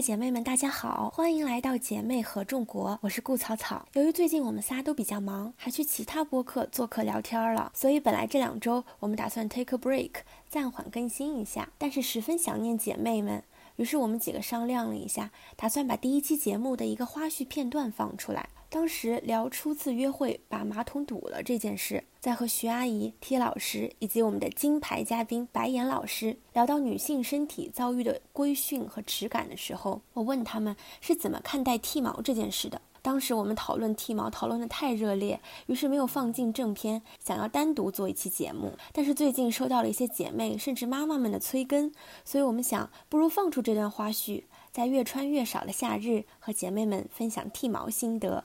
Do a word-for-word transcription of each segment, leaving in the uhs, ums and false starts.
位姐妹们大家好，欢迎来到姐妹合众国，我是顾草草。由于最近我们仨都比较忙，还去其他播客做客聊天了，所以本来这两周我们打算 take a break， 暂缓更新一下，但是十分想念姐妹们，于是我们几个商量了一下，打算把第一期节目的一个花絮片段放出来。当时聊初次约会把马桶堵了这件事，在和徐阿姨、T 老师以及我们的金牌嘉宾白岩老师聊到女性身体遭遇的规训和耻感的时候，我问他们是怎么看待剃毛这件事的。当时我们讨论剃毛讨论得太热烈，于是没有放进正片，想要单独做一期节目。但是最近收到了一些姐妹甚至妈妈们的催更，所以我们想不如放出这段花絮，在越穿越少的夏日和姐妹们分享剃毛心得。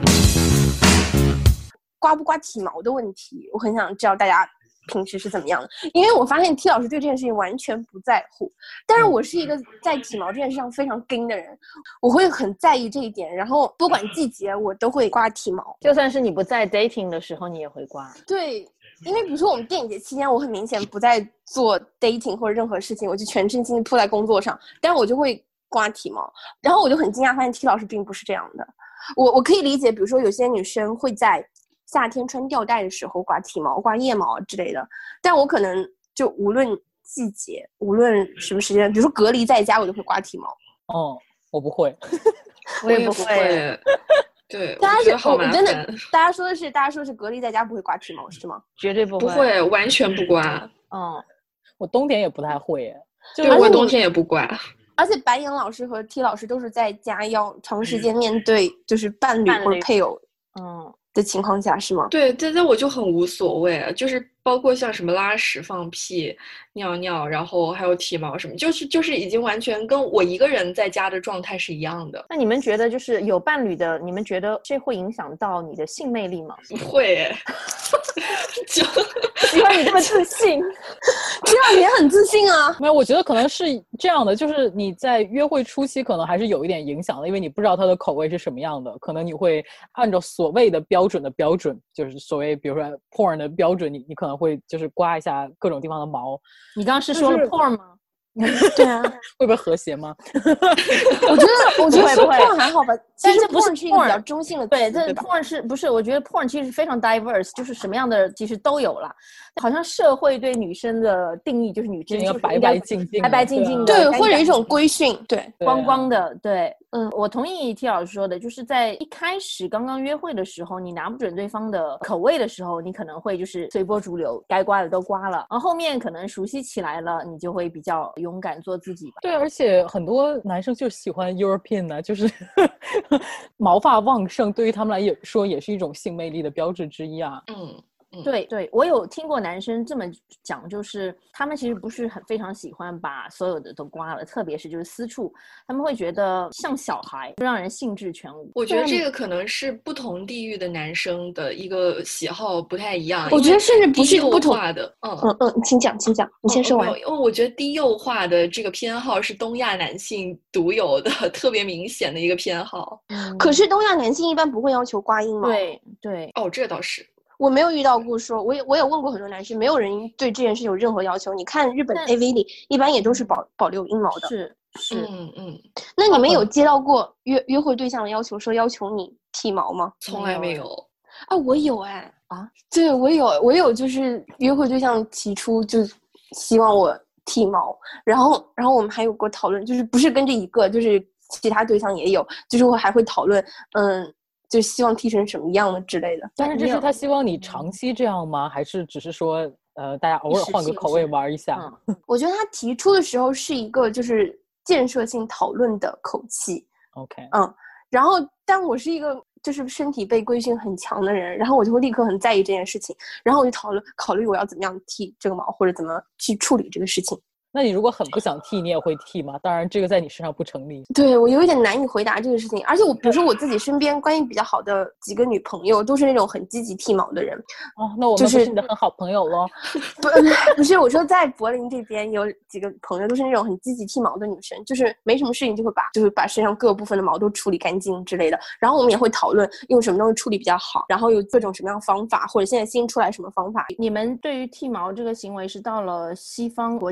刮不刮体毛的问题，我很想知道大家平时是怎么样的，因为我发现 T 老师对这件事情完全不在乎，但是我是一个在体毛这件事上非常硬的人，我会很在意这一点，然后不管季节我都会刮体毛， 就算是你不在 dating 的时候你也会刮。 对，因为比如说我们电影节期间我很明显不在做 dating 或者任何事情，我就全身心扑在工作上，但是我就会刮体毛，然后我就很惊讶发现 T 老师并不是这样的。我我可以理解，比如说有些女生会在夏天穿吊带的时候刮体毛、刮腋毛之类的，但我可能就无论季节、无论什么时间，比如说隔离在家，我就会刮体毛。 哦，我不会， 我也不会。 对， 大家是我我真的，大家说的是，大家说的是隔离在家不会刮体毛是吗？ 绝对不会， 不会，完全不刮。 嗯， 我冬天也不太会耶。 对，我冬天也不刮。 而且白岩老师和 T 老师都是在家要长时间面对就是伴侣或者配偶， 嗯。 的情况下是吗？ 对，但但我就很无所谓，就是包括像什么拉屎、放屁、尿尿，然后还有体毛什么，就是就是已经完全跟我一个人在家的状态是一样的。 那你们觉得就是有伴侣的，你们觉得这会影响到你的性魅力吗？ 不会，就喜欢你这么自信， 这样也很自信啊。 没有，我觉得可能是这样的，就是你在约会初期可能还是有一点影响的，因为你不知道他的口味是什么样的，可能你会按照所谓的标准的标准，就是所谓比如说 porn 的标准，你你可能会就是刮一下各种地方的毛。 你刚刚是说了 porn 吗？ 对啊， 会不会和谐吗？ 我觉得，我觉得说 porn 还好吧， 但是不是 porn 是一个比较中性的词， 对，这 porn 是不是？我觉得 porn 其实是非常 diverse， 就是什么样的其实都有了。好像社会对女生的定义就是女生就是白白净净、 白白净净的， 对，或者一种规训，对， 光光的，对。 嗯， 我同意 T 老师说的，就是在一开始刚刚约会的时候，你拿不准对方的口味的时候，你可能会就是随波逐流，该刮的都刮了，然后后面可能熟悉起来了，你就会比较勇敢做自己吧。 对，而且很多男生就喜欢 European 呢、啊，就是毛发旺盛，对于他们来说也是一种性魅力的标志之一啊。 嗯。 嗯、对对，我有听过男生这么讲，就是他们其实不是很非常喜欢把所有的都刮了，特别是就是私处，他们会觉得像小孩，让人兴致全无。 我觉得这个可能是不同地域的男生的一个喜好不太一样。 我觉得甚至不是不同的，嗯嗯嗯，请讲，请讲，你先说完。 因为我觉得低幼化的这个偏好是东亚男性独有的、特别明显的一个偏好。 嗯、可是东亚男性一般不会要求刮阴毛。 对对， 哦，这倒是。 我没有遇到过说，我也我也问过很多男生，没有人对这件事有任何要求。你看日本 A V 里，一般也都是保保留阴毛的。 是是， 嗯嗯。 那你们有接到过约约会对象的要求，说要求你剃毛吗？ 从来没有。 啊，我有哎啊，对我有我有，就是约会对象提出就希望我剃毛，然后然后我们还有过讨论，就是不是跟这一个，就是其他对象也有，就是我还会讨论，嗯。就希望剃成什么样的之类的。 但是这是他希望你长期这样吗？还是只是说呃大家偶尔换个口味玩一下？ 嗯、我觉得他提出的时候是一个就是建设性讨论的口气。 OK， 嗯，然后但我是一个就是身体被规训很强的人，然后我就会立刻很在意这件事情，然后我就讨论考虑我要怎么样剃这个毛，或者怎么去处理这个事情。 那你如果很不想剃，你也会剃吗？当然这个在你身上不成立。 对，我有一点难以回答这个事情，而且我比如说我自己身边关系比较好的几个女朋友都是那种很积极剃毛的人。 哦，那我们不是你的很好朋友咯。 不不是，我说在柏林这边有几个朋友都是那种很积极剃毛的女生，就是没什么事情就会把就是把身上各部分的毛都处理干净之类的，然后我们也会讨论用什么东西处理比较好，然后有各种什么样的方法，或者现在新出来什么方法。 你们对于剃毛这个行为是到了西方国家生活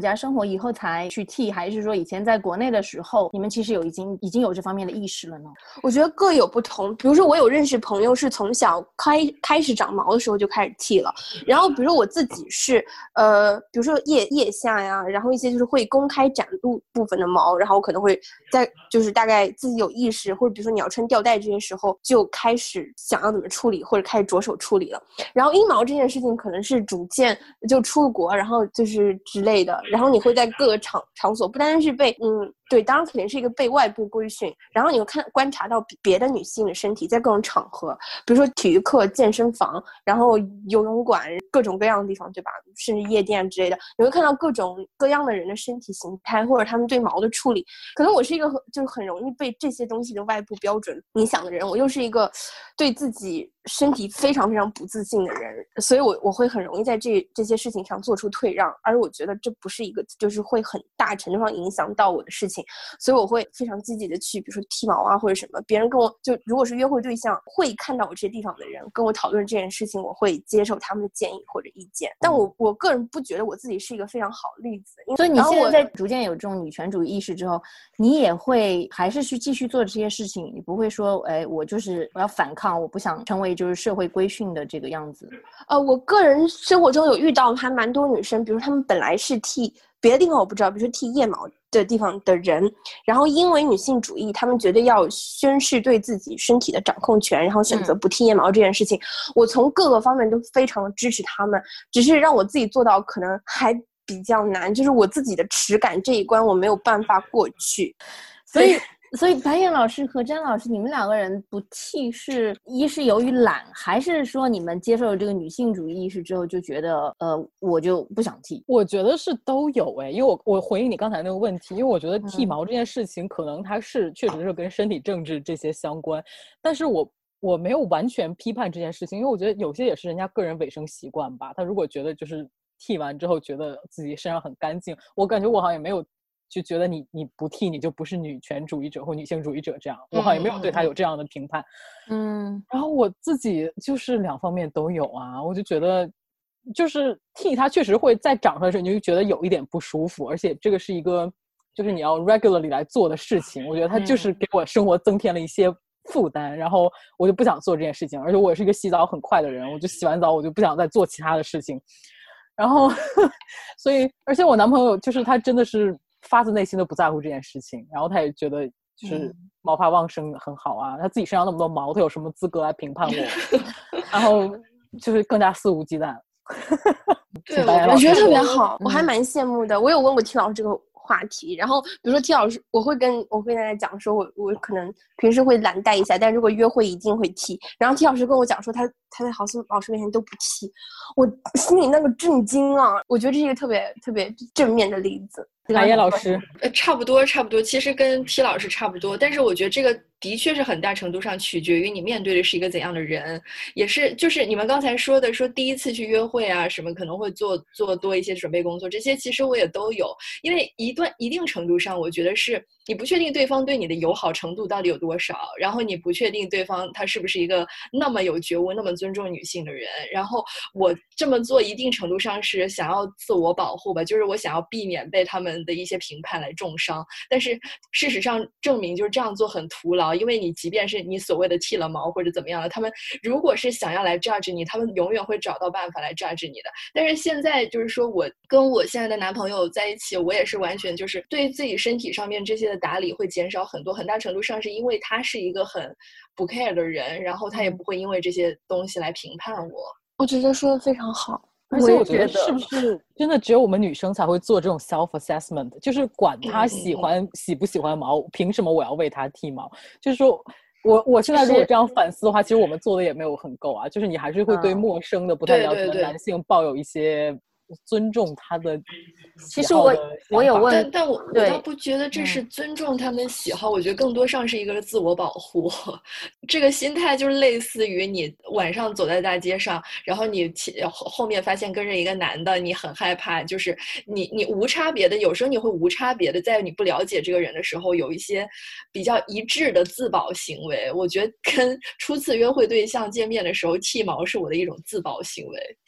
以后才去剃，还是说以前在国内的时候，你们其实有已经已经有这方面的意识了呢？ 我觉得各有不同。比如说，我有认识朋友是从小开开始长毛的时候就开始剃了，然后比如说我自己是，呃，比如说腋腋下呀，然后一些就是会公开展露部分的毛，然后我可能会在就是大概自己有意识，或者比如说你要穿吊带这些时候就开始想要怎么处理，或者开始着手处理了。然后阴毛这件事情可能是逐渐就出国，然后就是之类的，然后你会在各个场场所，不单单是被嗯。对，当然肯定是一个被外部规训，然后你会看观察到别的女性的身体，在各种场合，比如说体育课、健身房，然后游泳馆，各种各样的地方，对吧？甚至夜店之类的，你会看到各种各样的人的身体形态，或者他们对毛的处理。可能我是一个就是很容易被这些东西的外部标准影响的人，我又是一个对自己身体非常非常不自信的人，所以我我会很容易在这这些事情上做出退让，而我觉得这不是一个就是会很大程度上影响到我的事情。所以我会非常积极的去，比如说剃毛啊或者什么，别人跟我就如果是约会对象会看到我这些地方的人跟我讨论这件事情，我会接受他们的建议或者意见。但我我个人不觉得我自己是一个非常好的例子。 所以你现在在逐渐有这种女权主义意识之后，你也会还是去继续做这些事情，你不会说哎我就是我要反抗，我不想成为就是社会规训的这个样子。 呃我个人生活中有遇到还蛮多女生，比如她们本来是剃别的地方我不知道，比如说剃腋毛的地方的人，然后因为女性主义，他们觉得要宣示对自己身体的掌控权，然后选择不剃腋毛这件事情、嗯、我从各个方面都非常的支持他们，只是让我自己做到可能还比较难，就是我自己的耻感这一关我没有办法过去。 所以所以白燕老师和詹老师，你们两个人不剃是一是由于懒，还是说你们接受了这个女性主义意识之后就觉得呃我就不想剃？ 我觉得是都有诶，因为我我回应你刚才那个问题，因为我觉得剃毛这件事情可能它是、嗯、确实是跟身体政治这些相关，但是我我没有完全批判这件事情，因为我觉得有些也是人家个人卫生习惯吧，他如果觉得就是剃完之后觉得自己身上很干净，我感觉我好像也没有就觉得你你不剃你就不是女权主义者或女性主义者这样，我好像也没有对他有这样的评判。嗯，然后我自己就是两方面都有啊，我就觉得就是剃它确实会在长出来的时候你就觉得有一点不舒服，而且这个是一个就是你要 regularly 来做的事情，我觉得它就是给我生活增添了一些负担、嗯、然后我就不想做这件事情，而且我也是一个洗澡很快的人，我就洗完澡我就不想再做其他的事情，然后所以而且我男朋友就是他真的是发自内心的不在乎这件事情，然后他也觉得就是毛发旺盛很好啊、嗯、他自己身上那么多毛他有什么资格来评判我然后就是更加肆无忌惮对，我觉得特别好、嗯、我还蛮羡慕的。我有问过 T 老师这个话题，然后比如说 T 老师我会跟我会跟大家讲说我我可能平时会懒带一下，但如果约会一定会剃，然后 T 老师跟我讲说他他在好多老师面前都不剃，我心里那个震惊啊，我觉得这是一个特别特别正面的例子。 白燕老师呃，差不多差不多，其实跟 T 老师差不多，但是我觉得这个的确是很大程度上取决于你面对的是一个怎样的人，也是就是你们刚才说的说第一次去约会啊什么可能会做做多一些准备工作，这些其实我也都有，因为一段一定程度上我觉得是你不确定对方对你的友好程度到底有多少，然后你不确定对方他是不是一个那么有觉悟那么尊重女性的人，然后我这么做一定程度上是想要自我保护吧，就是我想要避免被他们的一些评判来重伤，但是事实上证明就是这样做很徒劳，因为你即便是你所谓的剃了毛或者怎么样的，他们如果是想要来 judge 你，他们永远会找到办法来 judge 你的。但是现在就是说我跟我现在的男朋友在一起，我也是完全就是对自己身体上面这些的打理会减少很多，很大程度上是因为他是一个很不 care 的人，然后他也不会因为这些东西来评判我。 我觉得说的非常好， 而且我觉得是不是真的只有我们女生才会做这种 self assessment， 就是管他喜欢、嗯、喜不喜欢毛，凭什么我要为他剃毛，就是说我我现在如果这样反思的话，其实我们做的也没有很够啊，就是你还是会对陌生的、嗯、不太了解的男性抱有一些尊重他的。 其实我我有问， 但但我我倒不觉得这是尊重他们喜好、嗯、我觉得更多上是一个自我保护。这个心态就是类似于你晚上走在大街上，然后你后面发现跟着一个男的，你很害怕，就是你你无差别的，有时候你会无差别的在你不了解这个人的时候有一些比较一致的自保行为。我觉得跟初次约会对象见面的时候剃毛是我的一种自保行为。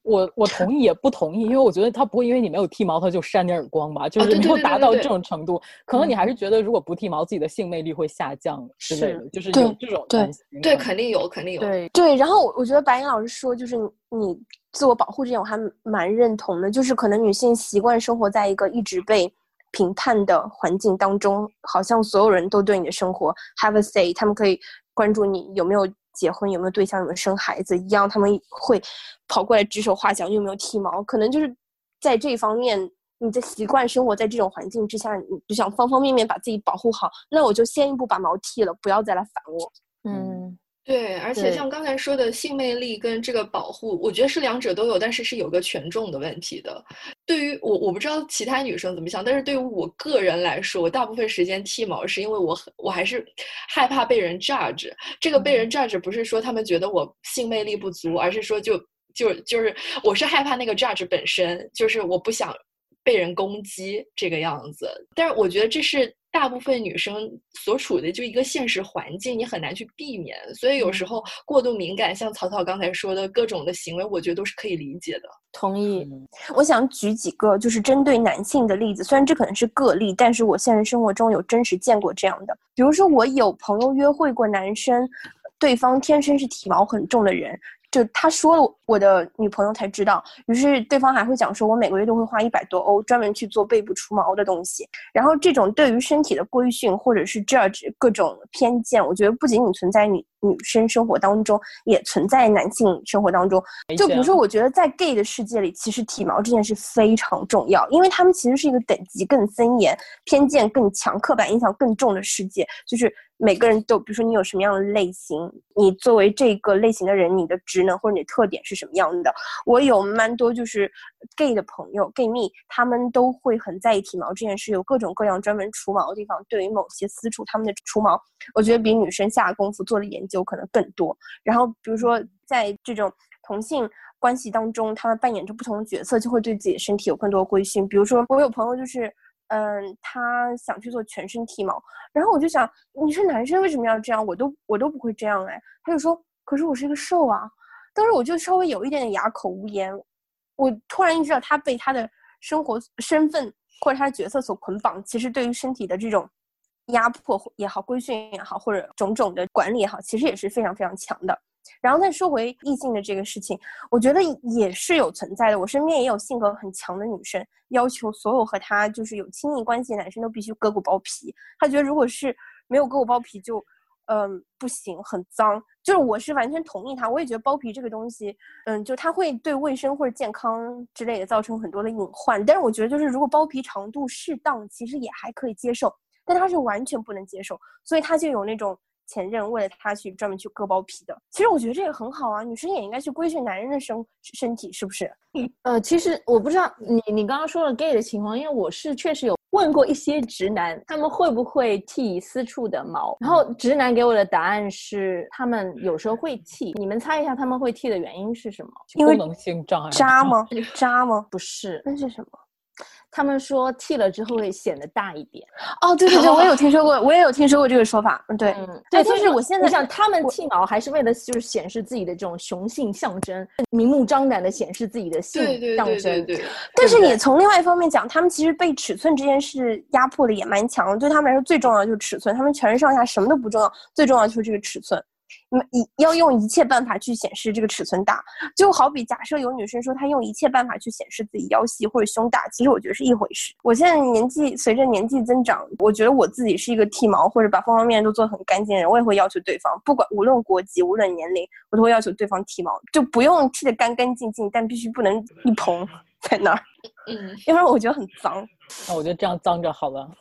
我我同意也不同意，因为我觉得他不会因为你没有剃毛他就扇你耳光吧，就是没有达到这种程度，可能你还是觉得如果不剃毛自己的性魅力会下降之类的，就是有这种担心。 对，肯定有，肯定有。 对对，然后我觉得白银老师说就是你自我保护这点我还蛮认同的，就是可能女性习惯生活在一个一直被评判的环境当中，好像所有人都对你的生活 have a say， 他们可以关注你有没有结婚，有没有对象，有没有生孩子一样，他们会跑过来指手画脚，你有没有剃毛，可能就是在这方面你的习惯生活在这种环境之下，你就想方方面面把自己保护好，那我就先一步把毛剃了，不要再来烦我。 嗯， 对，而且像刚才说的性魅力跟这个保护，我觉得是两者都有，但是是有个权重的问题的。对于我，我不知道其他女生怎么想，但是对于我个人来说，我大部分时间剃毛是因为我我还是害怕被人 judge。这个被人 judge 不是说他们觉得我性魅力不足，而是说就就就是我是害怕那个 judge 本身，就是我不想被人攻击这个样子。但是我觉得这是大部分女生所处的就一个现实环境，你很难去避免，所以有时候过度敏感，像曹操刚才说的各种的行为，我觉得都是可以理解的。 同意。 我想举几个就是针对男性的例子，虽然这可能是个例，但是我现实生活中有真实见过这样的。比如说我有朋友约会过男生，对方天生是体毛很重的人，就他说了我的女朋友才知道，于是对方还会讲说我每个月都会花一百多欧专门去做背部除毛的东西。然后这种对于身体的规训或者是 judge 各种偏见，我觉得不仅仅存在女女生生活当中，也存在男性生活当中。就比如说我觉得在 gay 的世界里，其实体毛这件事非常重要，因为他们其实是一个等级更森严、偏见更强、刻板印象更重的世界，就是每个人都，比如说你有什么样的类型，你作为这个类型的人，你的职能或者你的特点是什么样的。我有蛮多就是 gay 的朋友 gay 蜜，他们都会很在意体毛这件事，有各种各样专门除毛的地方，对于某些私处他们的除毛，我觉得比女生下功夫做的研究可能更多。然后比如说在这种同性关系当中，他们扮演着不同的角色，就会对自己的身体有更多的规训。比如说我有朋友就是嗯，他想去做全身剃毛，然后我就想你是男生为什么要这样，我都我都不会这样哎。他就说可是我是一个瘦啊，当时我就稍微有一点点哑口无言。我突然意识到他被他的生活身份或者他的角色所捆绑，其实对于身体的这种压迫也好，规训也好，或者种种的管理也好，其实也是非常非常强的。然后再说回异性的这个事情，我觉得也是有存在的。我身边也有性格很强的女生，要求所有和她就是有亲密关系的男生都必须割过包皮。她觉得如果是没有割过包皮就嗯不行，很脏。就是我是完全同意她，我也觉得包皮这个东西嗯就它会对卫生或者健康之类的造成很多的隐患。但是我觉得就是如果包皮长度适当，其实也还可以接受，但她是完全不能接受，所以她就有那种前任为了他去专门去割包皮的。其实我觉得这个很好啊，女生也应该去规训男人的身身体，是不是？ 呃，其实我不知道你你刚刚说了 gay 的情况，因为我是确实有问过一些直男，他们会不会剃私处的毛，然后直男给我的答案是他们有时候会剃。你们猜一下他们会剃的原因是什么？ 因为功能性障碍。 渣吗？渣吗？ 不是。 那是什么？ 他们说剃了之后会显得大一点。 哦，对对对，我也有听说过，我也有听说过这个说法。嗯，对， 嗯， 对，但是我现在你想，他们剃毛还是为了就是显示自己的这种雄性象征，明目张胆的显示自己的性象征。对对对对对。 但是也从另外一方面讲，他们其实被尺寸这件事压迫的也蛮强的，对他们来说最重要的就是尺寸，他们全身上下什么都不重要，最重要的就是这个尺寸。要用一切办法去显示这个尺寸大，就好比假设有女生说她用一切办法去显示自己腰细或者胸大，其实我觉得是一回事。我现在年纪随着年纪增长，我觉得我自己是一个剃毛或者把方方面面都做得很干净的人，我也会要求对方，不管无论国籍无论年龄，我都会要求对方剃毛，就不用剃得干干净净，但必须不能一蓬在那儿，嗯，要不然我觉得很脏。 那我觉得这样脏着好了。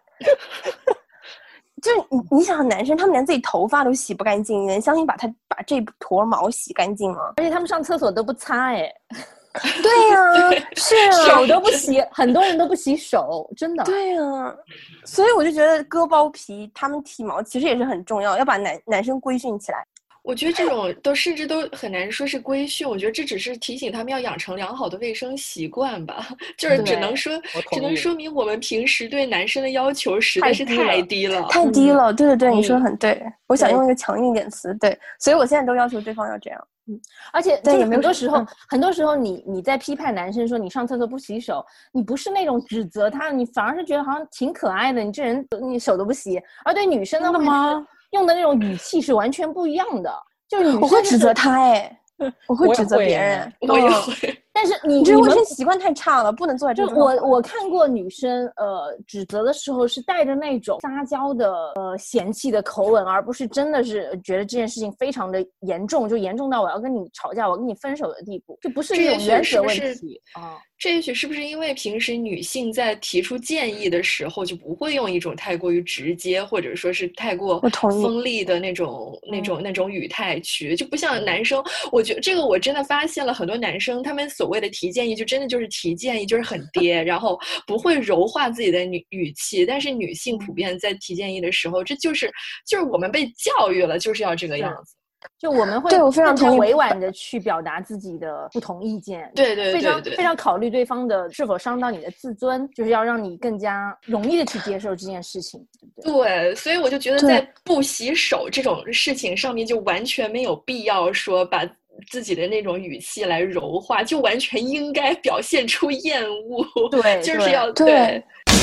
就是你你想男生他们连自己头发都洗不干净，你能相信把他把这坨毛洗干净吗？ 而且他们上厕所都不擦哎。 对呀、啊，是啊， 手都不洗，很多人都不洗手，真的。 对呀、啊，所以我就觉得割包皮他们剃毛其实也是很重要，要把男男生规训起来。 我觉得这种都甚至都很难说是规训，我觉得这只是提醒他们要养成良好的卫生习惯吧，就是只能说只能说明我们平时对男生的要求实在是太低了， 太低了。对对对，你说的很对，我想用一个强硬一点词，对，所以我现在都要求对方要这样。 嗯，而且对就是也没有什很多时候， 么很多时候你你在批判男生说你上厕所不洗手，你不是那种指责他，你反而是觉得好像挺可爱的，你这人你手都不洗。而对女生的真的话， 吗？ 用的那种语气是完全不一样的，就是女生、就是、 我会指责他哎，我会指责我也会别人， 我也嗯会。 但是你你这个卫你们生习惯太差了，不能坐在这就个桌上我我看过女生呃指责的时候是带着那种撒娇的呃嫌弃的口吻，而不是真的是觉得这件事情非常的严重，就严重到我要跟你吵架，我跟你分手的地步，就不是这也一种原则问许是不是题啊。 这也许是不是因为平时女性在提出建议的时候就不会用一种太过于直接或者说是太过我同意锋利的那种那种那种语态去，就不像男生。我觉得这个我真的发现了很多男生，他们所谓的提建议就真的就是提建议，就是很爹，然后不会柔化自己的语语气。但是女性普遍在提建议的时候，这就是就是我们被教育了，就是要这个样子。 就我们会对我非常同意委婉的去表达自己的不同意见， 对对对非常对非常考虑对方的是否伤到你的自尊，就是要让你更加容易的去接受这件事情，对不对？ 对，所以我就觉得在不洗手这种事情上面，就完全没有必要说把自己的那种语气来柔化，就完全应该表现出厌恶， 对， 就是要对。 对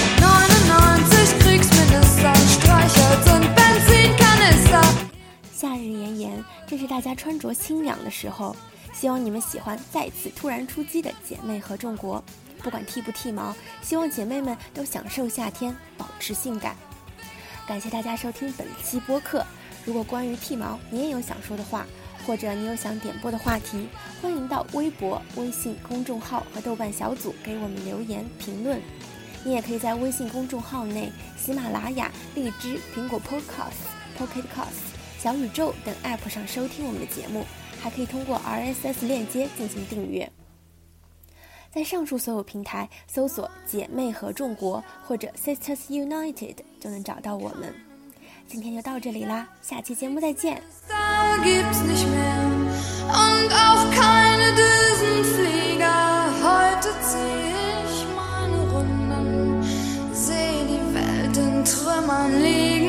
夏日炎炎，这是大家穿着清凉的时候，希望你们喜欢再次突然出击的姐妹合众国。不管剃不剃毛，希望姐妹们都享受夏天，保持性感。感谢大家收听本期播客。如果关于剃毛你也有想说的话，或者你有想点播的话题，欢迎到微博、微信公众号和豆瓣小组给我们留言评论。你也可以在微信公众号内、喜马拉雅、荔枝、苹果 Podcast、Pocket Cast、小宇宙等 App 上收听我们的节目，还可以通过 R S S 链接进行订阅。在上述所有平台搜索姐妹合众国或者 Sisters United 就能找到我们。今天就到这里啦，下期节目再见。 Gibt's nicht mehr und auch keine Düsenflieger. Heute zieh ich meine Runden, seh die Welt in Trümmern liegen.